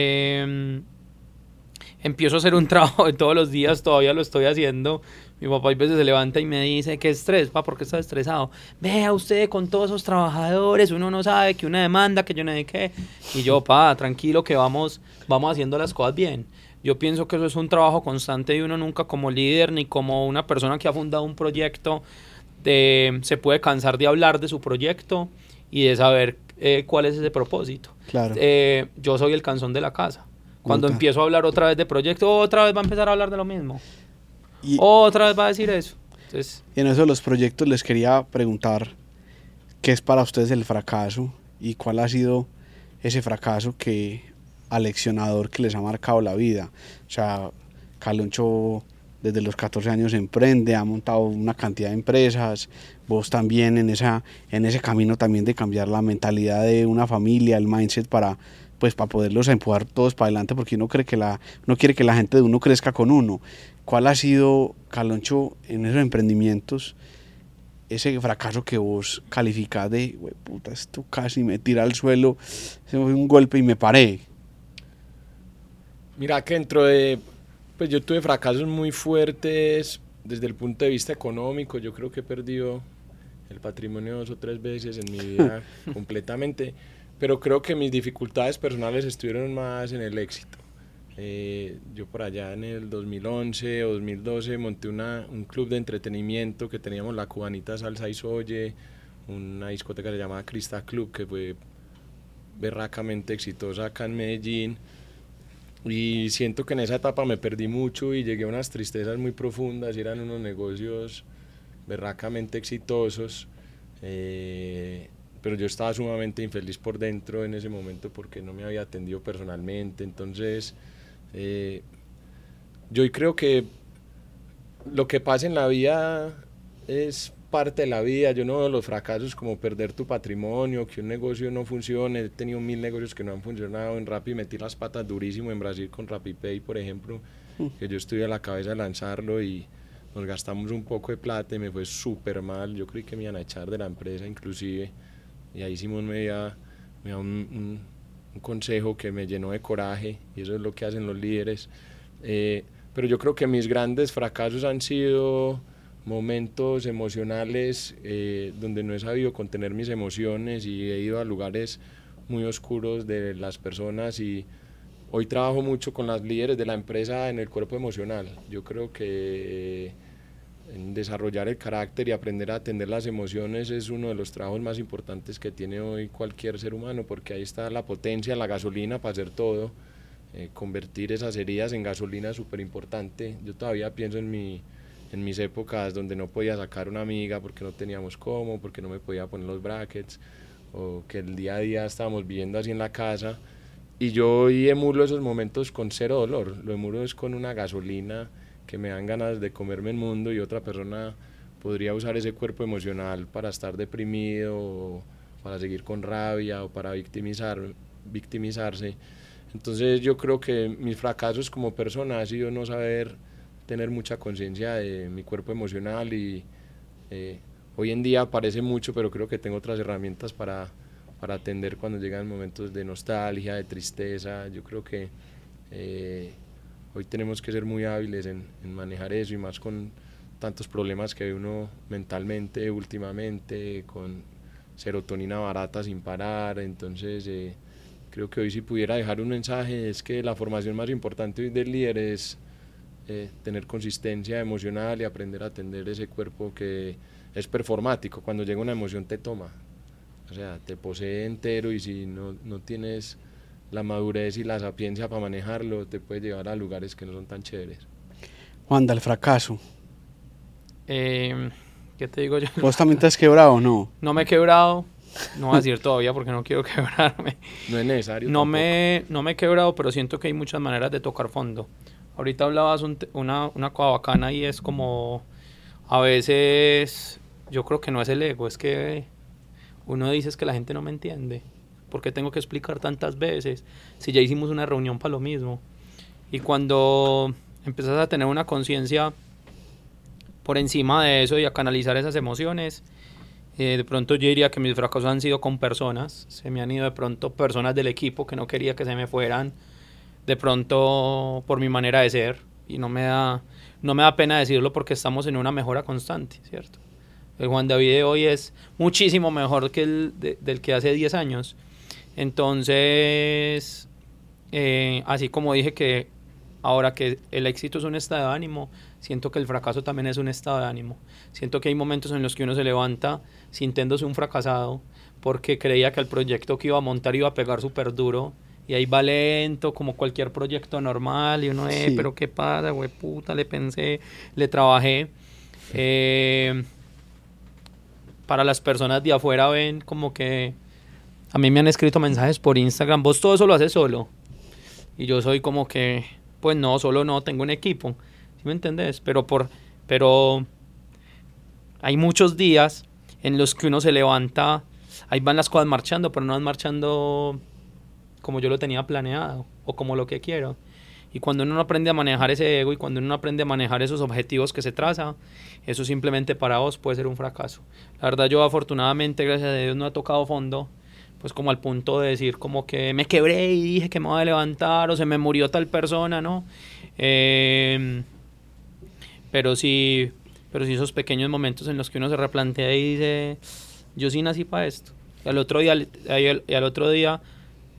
empiezo a hacer un trabajo de todos los días, todavía lo estoy haciendo. Mi papá a veces se levanta y me dice, ¿qué estrés, pa? ¿Por qué estás estresado? Vea usted con todos esos trabajadores, uno no sabe que una demanda, que yo no sé qué. Y yo, pa, tranquilo que vamos haciendo las cosas bien. Yo pienso que eso es un trabajo constante y uno nunca como líder ni como una persona que ha fundado un proyecto se puede cansar de hablar de su proyecto y de saber cuál es ese propósito. Claro. Yo soy el cansón de la casa. Cuando empiezo a hablar otra vez de proyecto, otra vez va a empezar a hablar de lo mismo. Otra vez va a decir eso. Entonces, y en eso de los proyectos les quería preguntar qué es para ustedes el fracaso y cuál ha sido ese fracaso aleccionador que les ha marcado la vida. O sea, Caloncho desde los 14 años emprende, ha montado una cantidad de empresas, vos también en ese camino también de cambiar la mentalidad de una familia, el mindset para poderlos empujar todos para adelante, porque uno quiere que la gente de uno crezca con uno. ¿Cuál ha sido, Caloncho, en esos emprendimientos, ese fracaso que vos calificás de, güey, puta, esto casi me tira al suelo, se me fue un golpe y me paré? Mira que pues yo tuve fracasos muy fuertes desde el punto de vista económico. Yo creo que he perdido el patrimonio 2 o 3 veces en mi vida completamente. Pero creo que mis dificultades personales estuvieron más en el éxito. Yo por allá en el 2011 o 2012 monté un club de entretenimiento que teníamos la Cubanita Salsa y Soye, una discoteca que se llamaba Crista Club, que fue berracamente exitosa acá en Medellín, y siento que en esa etapa me perdí mucho y llegué a unas tristezas muy profundas, y eran unos negocios berracamente exitosos, pero yo estaba sumamente infeliz por dentro en ese momento porque no me había atendido personalmente. Entonces yo creo que lo que pasa en la vida es parte de la vida. Yo no veo los fracasos como perder tu patrimonio, que un negocio no funcione. He tenido 1000 negocios que no han funcionado. En Rappi metí las patas durísimo en Brasil con RappiPay, por ejemplo, que yo estuve a la cabeza de lanzarlo y nos gastamos un poco de plata y me fue súper mal. Yo creí que me iban a echar de la empresa inclusive, y ahí Simón me dio un consejo que me llenó de coraje, y eso es lo que hacen los líderes. Pero yo creo que mis grandes fracasos han sido momentos emocionales donde no he sabido contener mis emociones y he ido a lugares muy oscuros de las personas, y hoy trabajo mucho con las líderes de la empresa en el cuerpo emocional. Yo creo que en desarrollar el carácter y aprender a atender las emociones es uno de los trabajos más importantes que tiene hoy cualquier ser humano, porque ahí está la potencia, la gasolina para hacer todo. Convertir esas heridas en gasolina es súper importante. Yo todavía pienso en mis épocas donde no podía sacar una amiga porque no teníamos cómo, porque no me podía poner los brackets, o que el día a día estábamos viviendo así en la casa, y yo hoy emulo esos momentos con cero dolor. Lo emulo es con una gasolina que me dan ganas de comerme el mundo, y otra persona podría usar ese cuerpo emocional para estar deprimido, o para seguir con rabia, o para victimizarse. Entonces yo creo que mis fracasos como persona ha sido no saber tener mucha conciencia de mi cuerpo emocional, y hoy en día parece mucho, pero creo que tengo otras herramientas para atender cuando llegan momentos de nostalgia, de tristeza. Yo creo que hoy tenemos que ser muy hábiles en manejar eso, y más con tantos problemas que ve uno mentalmente últimamente, con serotonina barata sin parar. Entonces creo que hoy, si pudiera dejar un mensaje, es que la formación más importante hoy del líder es tener consistencia emocional y aprender a atender ese cuerpo que es performático. Cuando llega una emoción te toma, o sea, te posee entero, y si no tienes la madurez y la sapiencia para manejarlo, te puede llevar a lugares que no son tan chéveres. Juanda, el fracaso. ¿Qué te digo yo? ¿Vos también te has quebrado o no? No me he quebrado, no voy a decir todavía porque no quiero quebrarme. No es necesario. No me he quebrado, pero siento que hay muchas maneras de tocar fondo. Ahorita hablabas una cosa bacana, y es como a veces yo creo que no es el ego, es que uno dice es que la gente no me entiende. ¿Por qué tengo que explicar tantas veces si ya hicimos una reunión para lo mismo? Y cuando empiezas a tener una conciencia por encima de eso y a canalizar esas emociones, de pronto yo diría que mis fracasos han sido con personas. Se me han ido de pronto personas del equipo que no quería que se me fueran, de pronto por mi manera de ser, y no me da pena decirlo porque estamos en una mejora constante, ¿cierto? El Juan David de hoy es muchísimo mejor que del que hace 10 años. Entonces, así como dije que ahora que el éxito es un estado de ánimo, siento que el fracaso también es un estado de ánimo. Siento que hay momentos en los que uno se levanta sintiéndose un fracasado porque creía que el proyecto que iba a montar iba a pegar súper duro, y ahí va lento como cualquier proyecto normal, y uno, Sí. pero qué pasa, güey, puta, le pensé, le trabajé. Para las personas de afuera ven como que a mí me han escrito mensajes por Instagram, vos todo eso lo haces solo, y yo soy como que, pues no, solo no, tengo un equipo, ¿sí me entendés? Pero hay muchos días en los que uno se levanta, ahí van las cosas marchando, pero no van marchando como yo lo tenía planeado o como lo que quiero. Y cuando uno no aprende a manejar ese ego, y cuando uno no aprende a manejar esos objetivos que se traza, eso simplemente para vos puede ser un fracaso. La verdad, yo afortunadamente, gracias a Dios, no he tocado fondo, pues como al punto de decir como que me quebré y dije que me voy a levantar, o se me murió tal persona, ¿no? Pero sí esos pequeños momentos en los que uno se replantea y dice, yo sí nací para esto. Y al otro día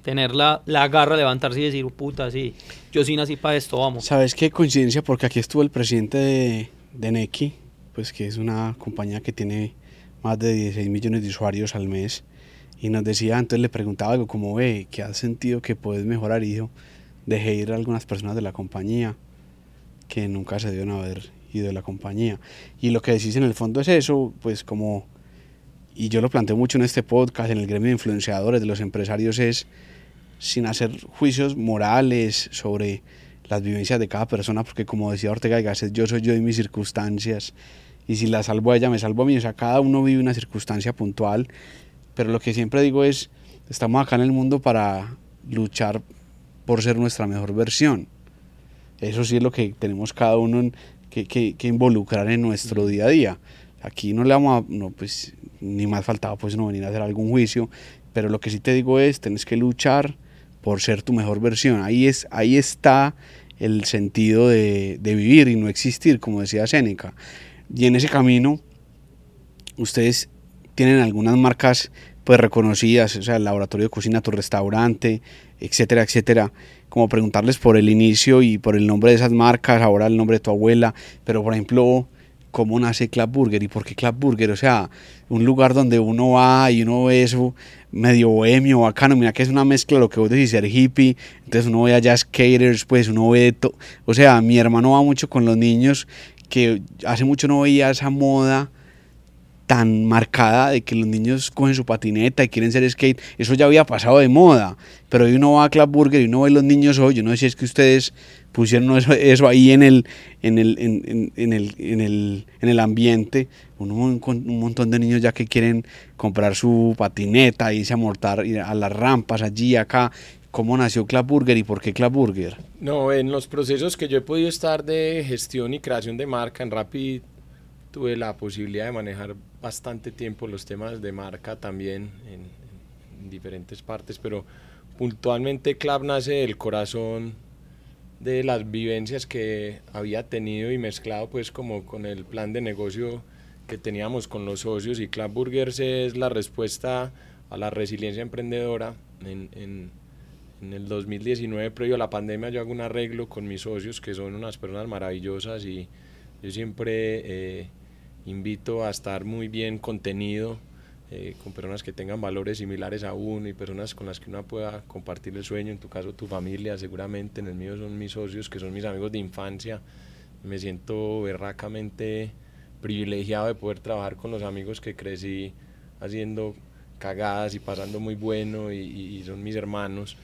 tener la garra, levantarse y decir, puta, sí, yo sí nací para esto, vamos. ¿Sabes qué coincidencia? Porque aquí estuvo el presidente de Nequi, pues que es una compañía que tiene más de 16 millones de usuarios al mes, y nos decía, entonces le preguntaba algo como, ¿qué has sentido que puedes mejorar? Y dijo, dejé ir a algunas personas de la compañía que nunca se debieron haber ido de la compañía. Y lo que decís en el fondo es eso, pues como, y yo lo planteo mucho en este podcast, en el gremio de influenciadores, de los empresarios, es sin hacer juicios morales sobre las vivencias de cada persona, porque como decía Ortega y Gasset, yo soy yo y mis circunstancias, y si la salvo a ella, me salvo a mí. O sea, cada uno vive una circunstancia puntual, pero lo que siempre digo es, estamos acá en el mundo para luchar por ser nuestra mejor versión. Eso sí es lo que tenemos cada uno que involucrar en nuestro día a día. Aquí no le vamos a, no, pues, ni más faltaba pues no venir a hacer algún juicio, pero lo que sí te digo es, tienes que luchar por ser tu mejor versión. Ahí está el sentido de vivir y no existir, como decía Séneca. Y en ese camino, ustedes tienen algunas marcas pues reconocidas, o sea, el laboratorio de cocina, tu restaurante, etcétera, etcétera. Como preguntarles por el inicio y por el nombre de esas marcas, ahora el nombre de tu abuela, pero por ejemplo, ¿cómo nace Club Burger y por qué Club Burger? O sea, un lugar donde uno va y uno ve eso medio bohemio, bacano, mira que es una mezcla de lo que vos decís, ser hippie, entonces uno ve allá skaters, pues uno ve todo, o sea, mi hermano va mucho con los niños, que hace mucho no veía esa moda tan marcada de que los niños cogen su patineta y quieren ser skate. Eso ya había pasado de moda, pero hoy uno va a Club Burger y uno ve los niños hoy. Yo no sé si es que ustedes pusieron eso ahí en el ambiente, un montón de niños ya que quieren comprar su patineta, irse a montar a las rampas allí, acá. ¿Cómo nació Club Burger y por qué Club Burger? No, en los procesos que yo he podido estar de gestión y creación de marca en Rappi, tuve la posibilidad de manejar bastante tiempo los temas de marca también en diferentes partes, pero puntualmente Club nace del corazón de las vivencias que había tenido y mezclado pues como con el plan de negocio que teníamos con los socios, y Club Burgers es la respuesta a la resiliencia emprendedora. En el 2019, previo a la pandemia, yo hago un arreglo con mis socios que son unas personas maravillosas, y yo siempre invito a estar muy bien contenido con personas que tengan valores similares a uno y personas con las que uno pueda compartir el sueño, en tu caso tu familia seguramente, en el mío son mis socios que son mis amigos de infancia. Me siento berracamente privilegiado de poder trabajar con los amigos que crecí haciendo cagadas y pasando muy bueno, y son mis hermanos.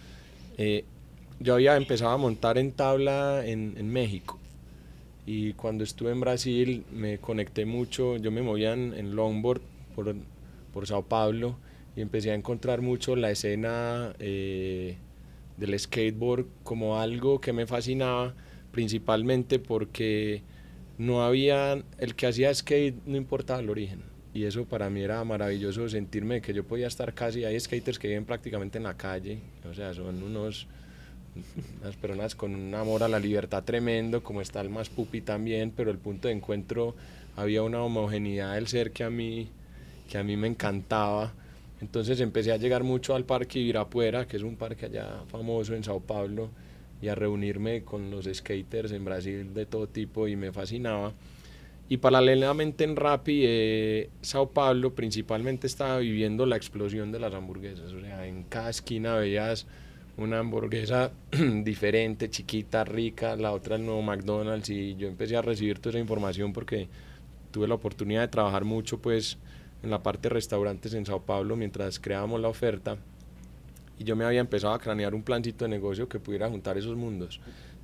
Yo había empezado a montar en tabla en México, y cuando estuve en Brasil me conecté mucho. Yo me movía en longboard por Sao Paulo y empecé a encontrar mucho la escena del skateboard como algo que me fascinaba, principalmente porque no había, el que hacía skate no importaba el origen, y eso para mí era maravilloso, sentirme que yo podía estar casi, hay skaters que viven prácticamente en la calle, o sea, son unas personas con un amor a la libertad tremendo, como está el más pupi también, pero el punto de encuentro, había una homogeneidad del ser que a mí me encantaba. Entonces empecé a llegar mucho al Parque Ibirapuera, que es un parque allá famoso en Sao Paulo, y a reunirme con los skaters en Brasil de todo tipo, y me fascinaba. Y paralelamente en Rappi, Sao Paulo principalmente estaba viviendo la explosión de las hamburguesas. O sea, en cada esquina veías una hamburguesa diferente, chiquita, rica, la otra el nuevo McDonald's, y yo empecé a recibir toda esa información porque tuve la oportunidad de trabajar mucho pues en la parte de restaurantes en Sao Paulo mientras creábamos la oferta, y yo me había empezado a cranear un plancito de negocio que pudiera juntar esos mundos.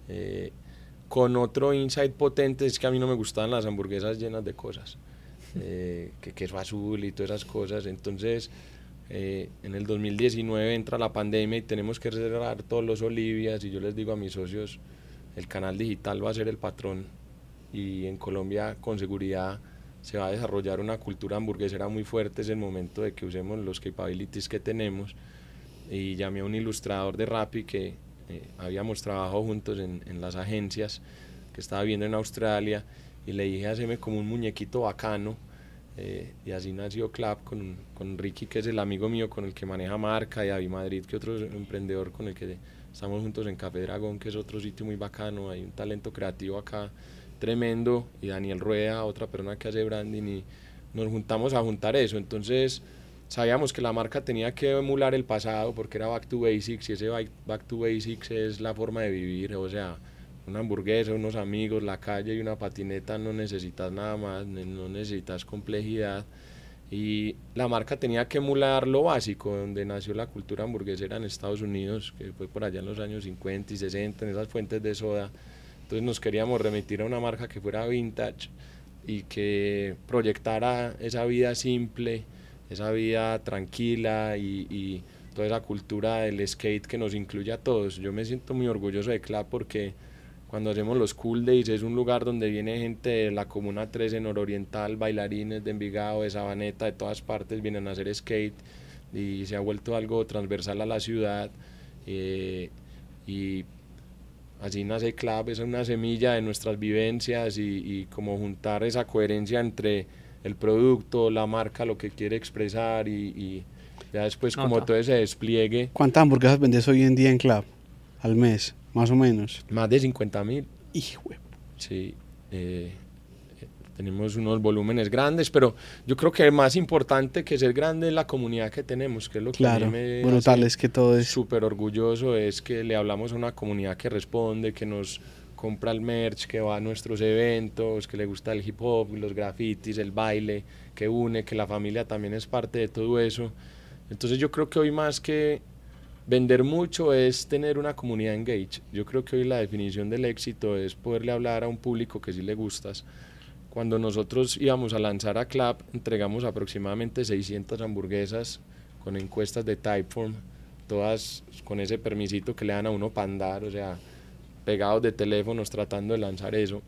Con otro insight potente es que a mí no me gustaban las hamburguesas llenas de cosas, que queso azul y todas esas cosas. Entonces en el 2019 entra la pandemia y tenemos que cerrar todos los Olivias, y yo les digo a mis socios, el canal digital va a ser el patrón, y en Colombia con seguridad se va a desarrollar una cultura hamburguesera muy fuerte. Es el momento de que usemos los capabilities que tenemos, y llamé a un ilustrador de Rappi que habíamos trabajado juntos en las agencias, que estaba viviendo en Australia, y le dije, haceme como un muñequito bacano y así nació Clap con Ricky, que es el amigo mío con el que maneja marca, y David Madrid, que es otro emprendedor con el que estamos juntos en Café Dragón, que es otro sitio muy bacano. Hay un talento creativo acá tremendo, y Daniel Rueda, otra persona que hace branding, y nos juntamos a juntar eso. Entonces sabíamos que la marca tenía que emular el pasado porque era Back to Basics, y ese Back to Basics es la forma de vivir. O sea, una hamburguesa, unos amigos, la calle y una patineta, no necesitas nada más, no necesitas complejidad. Y la marca tenía que emular lo básico, donde nació la cultura hamburguesera en Estados Unidos, que fue por allá en los años 50 y 60, en esas fuentes de soda. Entonces nos queríamos remitir a una marca que fuera vintage y que proyectara esa vida simple, esa vida tranquila, y toda esa cultura del skate que nos incluye a todos. Yo me siento muy orgulloso de Clap porque cuando hacemos los Cool Days es un lugar donde viene gente de la Comuna 13 en Nororiental, bailarines de Envigado, de Sabaneta, de todas partes vienen a hacer skate, y se ha vuelto algo transversal a la ciudad, y así nace Clap. Es una semilla de nuestras vivencias, y como juntar esa coherencia entre el producto, la marca, lo que quiere expresar, y ya después como todo ese despliegue. ¿Cuántas hamburguesas vendes hoy en día en Clap al mes, más o menos? Más de 50.000. Hijo. Sí, tenemos unos volúmenes grandes, pero yo creo que más importante que ser grande es la comunidad que tenemos, que es lo que a mí me brutal, es que todo es súper orgulloso, es que le hablamos a una comunidad que responde, que nos compra el merch, que va a nuestros eventos, que le gusta el hip hop, los grafitis, el baile, que une, que la familia también es parte de todo eso. Entonces yo creo que hoy más que vender mucho es tener una comunidad engaged. Yo creo que hoy la definición del éxito es poderle hablar a un público que sí le gustas. Cuando nosotros íbamos a lanzar a Clap, entregamos aproximadamente 600 hamburguesas con encuestas de Typeform, todas con ese permisito que le dan a uno para andar, o sea, pegados de teléfonos tratando de lanzar eso.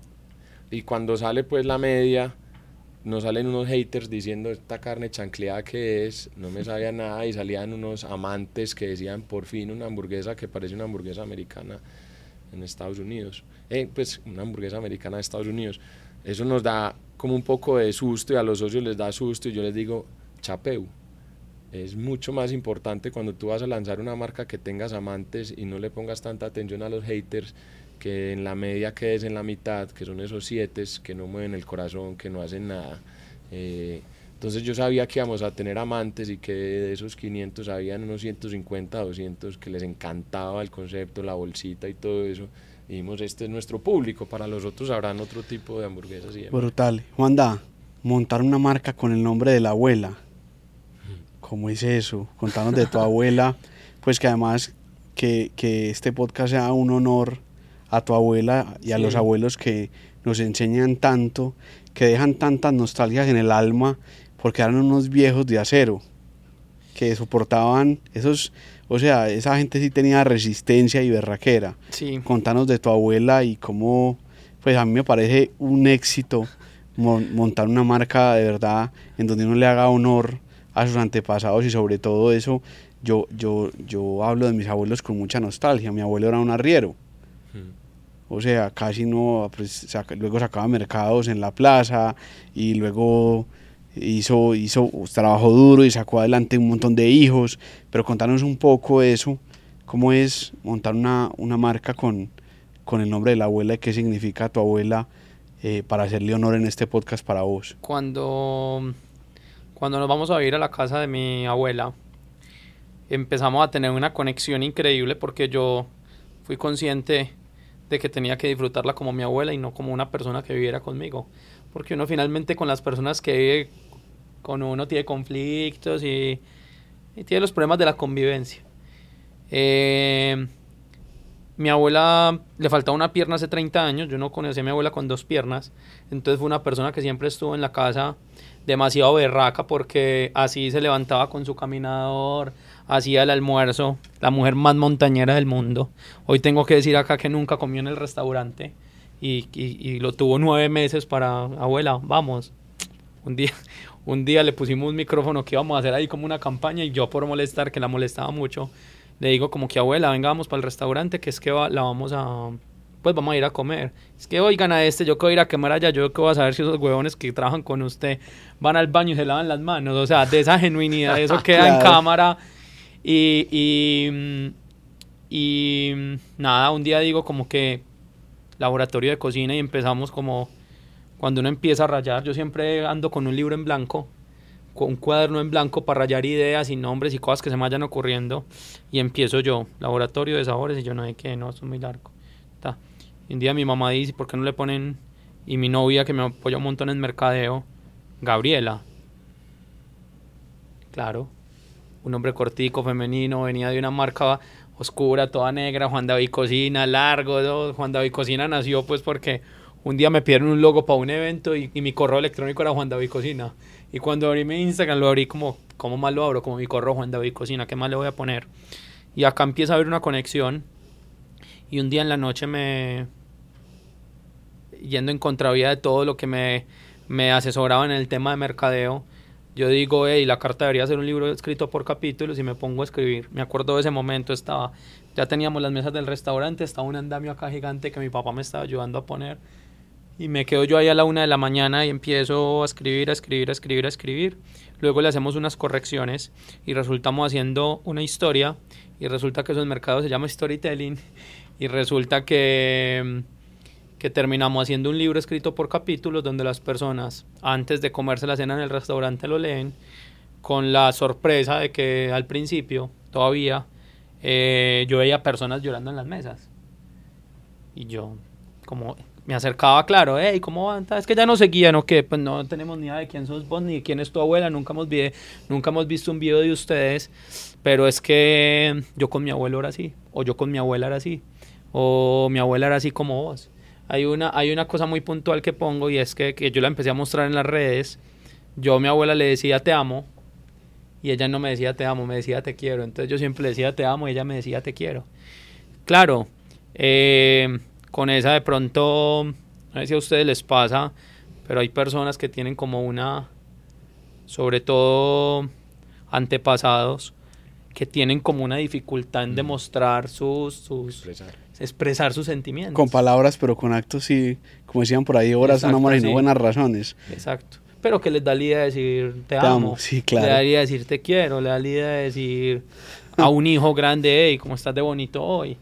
Y cuando sale pues la media, nos salen unos haters diciendo esta carne chancleada que es, no me sabía nada, y salían unos amantes que decían por fin una hamburguesa que parece una hamburguesa americana en Estados Unidos, pues una hamburguesa americana de Estados Unidos. Eso nos da como un poco de susto, y a los socios les da susto, y yo les digo, chapeu, es mucho más importante cuando tú vas a lanzar una marca que tengas amantes y no le pongas tanta atención a los haters, que en la media quedes en la mitad, que son esos 7 que no mueven el corazón, que no hacen nada. Entonces yo sabía que íbamos a tener amantes, y que de esos 500 habían unos 150, 200 que les encantaba el concepto, la bolsita y todo eso. Y dijimos, este es nuestro público, para los otros habrán otro tipo de hamburguesas. Y brutal. Juanda, montar una marca con el nombre de la abuela, ¿cómo es eso? Contanos de tu abuela, pues que además que este podcast sea un honor a tu abuela y a los abuelos que nos enseñan tanto, que dejan tantas nostalgias en el alma, porque eran unos viejos de acero que soportaban esos, o sea, esa gente sí tenía resistencia y berraquera. Sí. Contanos de tu abuela y cómo, pues a mí me parece un éxito montar una marca de verdad en donde uno le haga honor a sus antepasados, y sobre todo eso, yo hablo de mis abuelos con mucha nostalgia. Mi abuelo era un arriero. O sea, casi no, pues, luego sacaba mercados en la plaza, y luego hizo trabajo duro y sacó adelante un montón de hijos. Pero contanos un poco eso, cómo es montar una marca con el nombre de la abuela, y qué significa tu abuela, para hacerle honor en este podcast para vos. Cuando nos vamos a vivir a la casa de mi abuela, empezamos a tener una conexión increíble, porque yo fui consciente de que tenía que disfrutarla como mi abuela y no como una persona que viviera conmigo, porque uno finalmente con las personas que vive con uno tiene conflictos y tiene los problemas de la convivencia. Mi abuela le faltaba una pierna hace 30 años, yo no conocí a mi abuela con 2 piernas, entonces fue una persona que siempre estuvo en la casa demasiado berraca, porque así se levantaba con su caminador, hacía el almuerzo, la mujer más montañera del mundo. Hoy tengo que decir acá que nunca comió en el restaurante, y lo tuvo 9 meses para, abuela, vamos. Un día le pusimos un micrófono que íbamos a hacer ahí como una campaña, y yo por molestar, que la molestaba mucho, le digo como que, abuela, venga, vamos para el restaurante, que es que la vamos a pues vamos a ir a comer. Es que oigan a yo que voy a ir a quemar allá, yo que voy a saber si esos huevones que trabajan con usted van al baño y se lavan las manos. O sea, de esa genuinidad, eso queda en cámara. Y nada, un día digo como que laboratorio de cocina y empezamos como cuando uno empieza a rayar. Yo siempre ando con un libro en blanco, con un cuaderno en blanco para rayar ideas y nombres y cosas que se me vayan ocurriendo, y empiezo yo, laboratorio de sabores, y yo no sé qué, no, esto es muy largo. Y un día mi mamá dice, ¿por qué no le ponen? Y mi novia, que me apoya un montón en mercadeo, Gabriela. Claro, un nombre cortico, femenino, venía de una marca oscura, toda negra, Juan David Cocina, largo, ¿no? Juan David Cocina nació pues porque un día me pidieron un logo para un evento y mi correo electrónico era Juan David Cocina. Y cuando abrí mi Instagram lo abrí como, ¿cómo más lo abro? Como mi correo Juan David Cocina, ¿qué más le voy a poner? Y acá empieza a haber una conexión. Y un día en la noche yendo en contravía de todo lo que me asesoraba en el tema de mercadeo, yo digo, la carta debería ser un libro escrito por capítulos, y me pongo a escribir. Me acuerdo de ese momento, ya teníamos las mesas del restaurante, estaba un andamio acá gigante que mi papá me estaba ayudando a poner. Y me quedo yo ahí a la 1 de la mañana y empiezo a escribir. Luego le hacemos unas correcciones y resultamos haciendo una historia, y resulta que eso en mercado se llama storytelling, y resulta que terminamos haciendo un libro escrito por capítulos donde las personas antes de comerse la cena en el restaurante lo leen, con la sorpresa de que al principio todavía yo veía personas llorando en las mesas, y yo como me acercaba, claro, ¿cómo van? Es que ya no seguían, ¿o qué? Pues no tenemos ni idea de quién sos vos, ni de quién es tu abuela, nunca hemos visto un video de ustedes, pero es que yo con mi abuelo era así, o yo con mi abuela era así, o mi abuela era así como vos. Hay una cosa muy puntual que pongo, y es que yo la empecé a mostrar en las redes. Yo a mi abuela le decía te amo, y ella no me decía te amo, me decía te quiero. Entonces yo siempre le decía te amo y ella me decía te quiero. Claro, con esa de pronto, no sé si a ustedes les pasa, pero hay personas que tienen como sobre todo antepasados, que tienen como una dificultad en demostrar expresar sus sentimientos. Con palabras, pero con actos sí, como decían por ahí, horas son amor y no buenas razones. Exacto. Pero que les da la idea de decir te amo. Sí, claro. Le da la idea de decir te quiero, le da la idea de decir a un hijo grande, hey, ¿cómo estás de bonito hoy?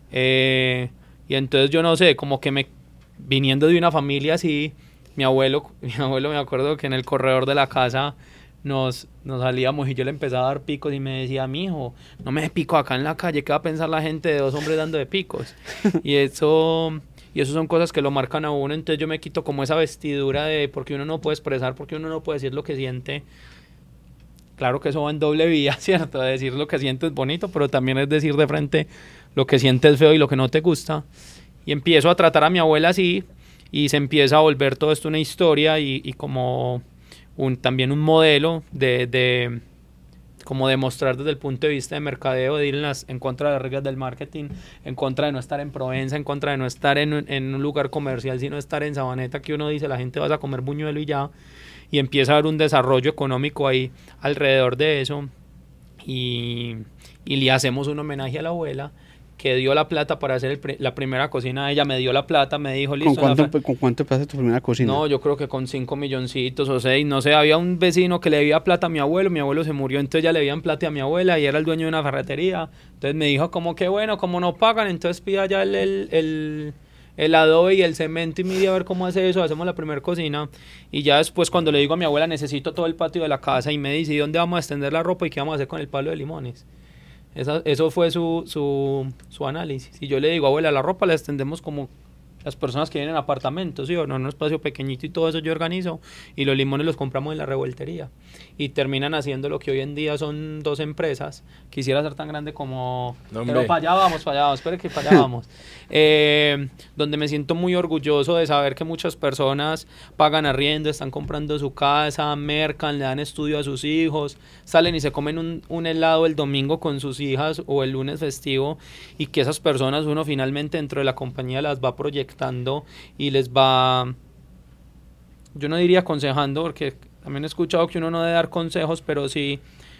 Y entonces yo no sé, como que viniendo de una familia así, mi abuelo me acuerdo que en el corredor de la casa nos salíamos y yo le empezaba a dar picos y me decía, mijo, no me des pico acá en la calle, ¿qué va a pensar la gente de dos hombres dando de picos? Y eso son cosas que lo marcan a uno. Entonces yo me quito como esa vestidura de porque uno no puede expresar, porque uno no puede decir lo que siente. Claro que eso va en doble vía, ¿cierto? Decir lo que siente es bonito, pero también es decir de frente lo que siente es feo y lo que no te gusta. Y empiezo a tratar a mi abuela así, y se empieza a volver todo esto una historia y como también un modelo de como demostrar desde el punto de vista de mercadeo, de ir en contra de las reglas del marketing, en contra de no estar en Provenza, en contra de no estar en un lugar comercial, sino estar en Sabaneta, que uno dice la gente vas a comer buñuelo y ya, y empieza a haber un desarrollo económico ahí alrededor de eso, y le hacemos un homenaje a la abuela, que dio la plata para hacer la primera cocina. Ella me dio la plata, me dijo, listo. ¿Con cuánto empezaste tu primera cocina? No, yo creo que con 5 milloncitos o 6, no sé. Había un vecino que le debía plata a mi abuelo se murió, entonces ya le debían plata a mi abuela y era el dueño de una ferretería. Entonces me dijo, como que bueno, como no pagan, entonces pida ya el adobe y el cemento y mire a ver cómo hace eso, hacemos la primera cocina. Y ya después, cuando le digo a mi abuela, necesito todo el patio de la casa, y me dice, ¿y dónde vamos a extender la ropa y qué vamos a hacer con el palo de limones? Eso fue su análisis. Y yo le digo, abuela, la ropa la extendemos como las personas que vienen en apartamentos, ¿sí? O no, en un espacio pequeñito, y todo eso yo organizo, y los limones los compramos en la revueltería, y terminan haciendo lo que hoy en día son 2 empresas. Quisiera ser tan grande como... No, pero para allá vamos, espere que para allá vamos. Donde me siento muy orgulloso de saber que muchas personas pagan arriendo, están comprando su casa, mercan, le dan estudio a sus hijos, salen y se comen un helado el domingo con sus hijas o el lunes festivo, y que esas personas uno finalmente dentro de la compañía las va proyectando y les va, yo no diría aconsejando, porque también he escuchado que uno no debe dar consejos, pero sí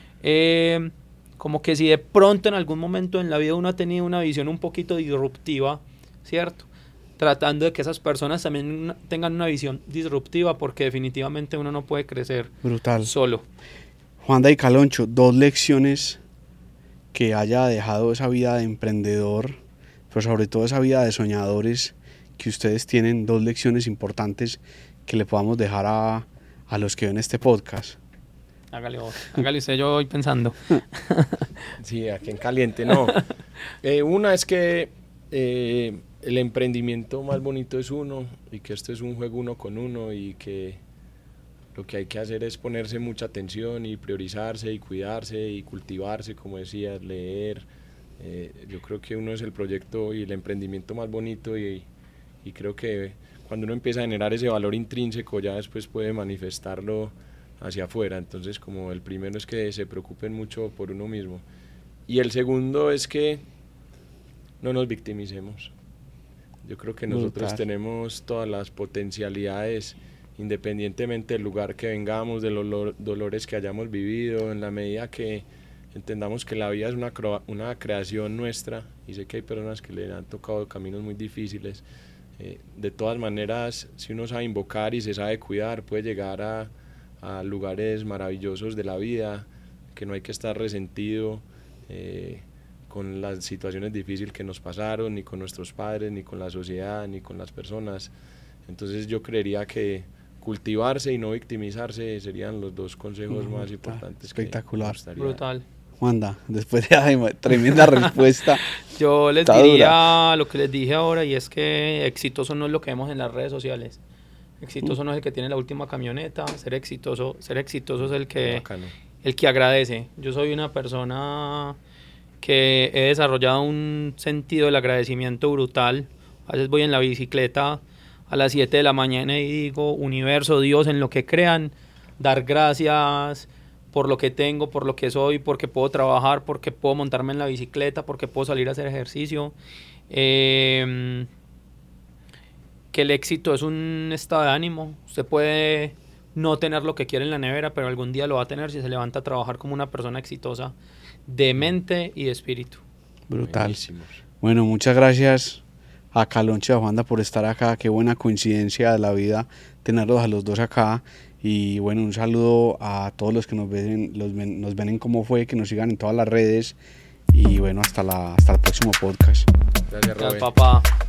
como que si de pronto en algún momento en la vida uno ha tenido una visión un poquito disruptiva, ¿cierto? tratando de que esas personas también tengan una visión disruptiva, porque definitivamente uno no puede crecer solo. Juanda y Caloncho, 2 lecciones que haya dejado esa vida de emprendedor, pero sobre todo esa vida de soñadores que ustedes tienen, 2 lecciones importantes que le podamos dejar a los que ven este podcast. Hágale usted, yo voy pensando. Sí, aquí en caliente, no. Una es que el emprendimiento más bonito es uno, y que esto es un juego uno con uno, y que lo que hay que hacer es ponerse mucha atención y priorizarse y cuidarse y cultivarse, como decías, leer. Yo creo que uno es el proyecto y el emprendimiento más bonito, y creo que cuando uno empieza a generar ese valor intrínseco ya después puede manifestarlo hacia afuera. Entonces, como el primero es que se preocupen mucho por uno mismo, y el segundo es que no nos victimicemos. Yo creo que nosotros tenemos todas las potencialidades, independientemente del lugar que vengamos, de los dolores que hayamos vivido, en la medida que entendamos que la vida es una creación nuestra, y sé que hay personas que le han tocado caminos muy difíciles. De todas maneras, si uno sabe invocar y se sabe cuidar, puede llegar a lugares maravillosos de la vida, que no hay que estar resentido con las situaciones difíciles que nos pasaron, ni con nuestros padres, ni con la sociedad, ni con las personas. Entonces yo creería que cultivarse y no victimizarse serían los 2 consejos más importantes. Espectacular. Brutal. Juanda, después de tremenda respuesta. Yo les diría lo que les dije ahora, y es que exitoso no es lo que vemos en las redes sociales. Exitoso no es el que tiene la última camioneta. Ser exitoso es el que agradece. Yo soy una persona que he desarrollado un sentido del agradecimiento brutal. A veces voy en la bicicleta a las 7 de la mañana y digo: universo, Dios, en lo que crean, dar gracias por lo que tengo, por lo que soy, porque puedo trabajar, porque puedo montarme en la bicicleta, porque puedo salir a hacer ejercicio. Que el éxito es un estado de ánimo. Usted puede no tener lo que quiere en la nevera, pero algún día lo va a tener si se levanta a trabajar como una persona exitosa de mente y de espíritu. Brutal. Buenísimos. Bueno, muchas gracias a Caloncho y a Juanda por estar acá. Qué buena coincidencia de la vida tenerlos a los 2 acá. Y bueno, un saludo a todos los que nos ven en Cómo Fue, que nos sigan en todas las redes. Y bueno, hasta el próximo podcast. Gracias, Robert. Gracias, papá.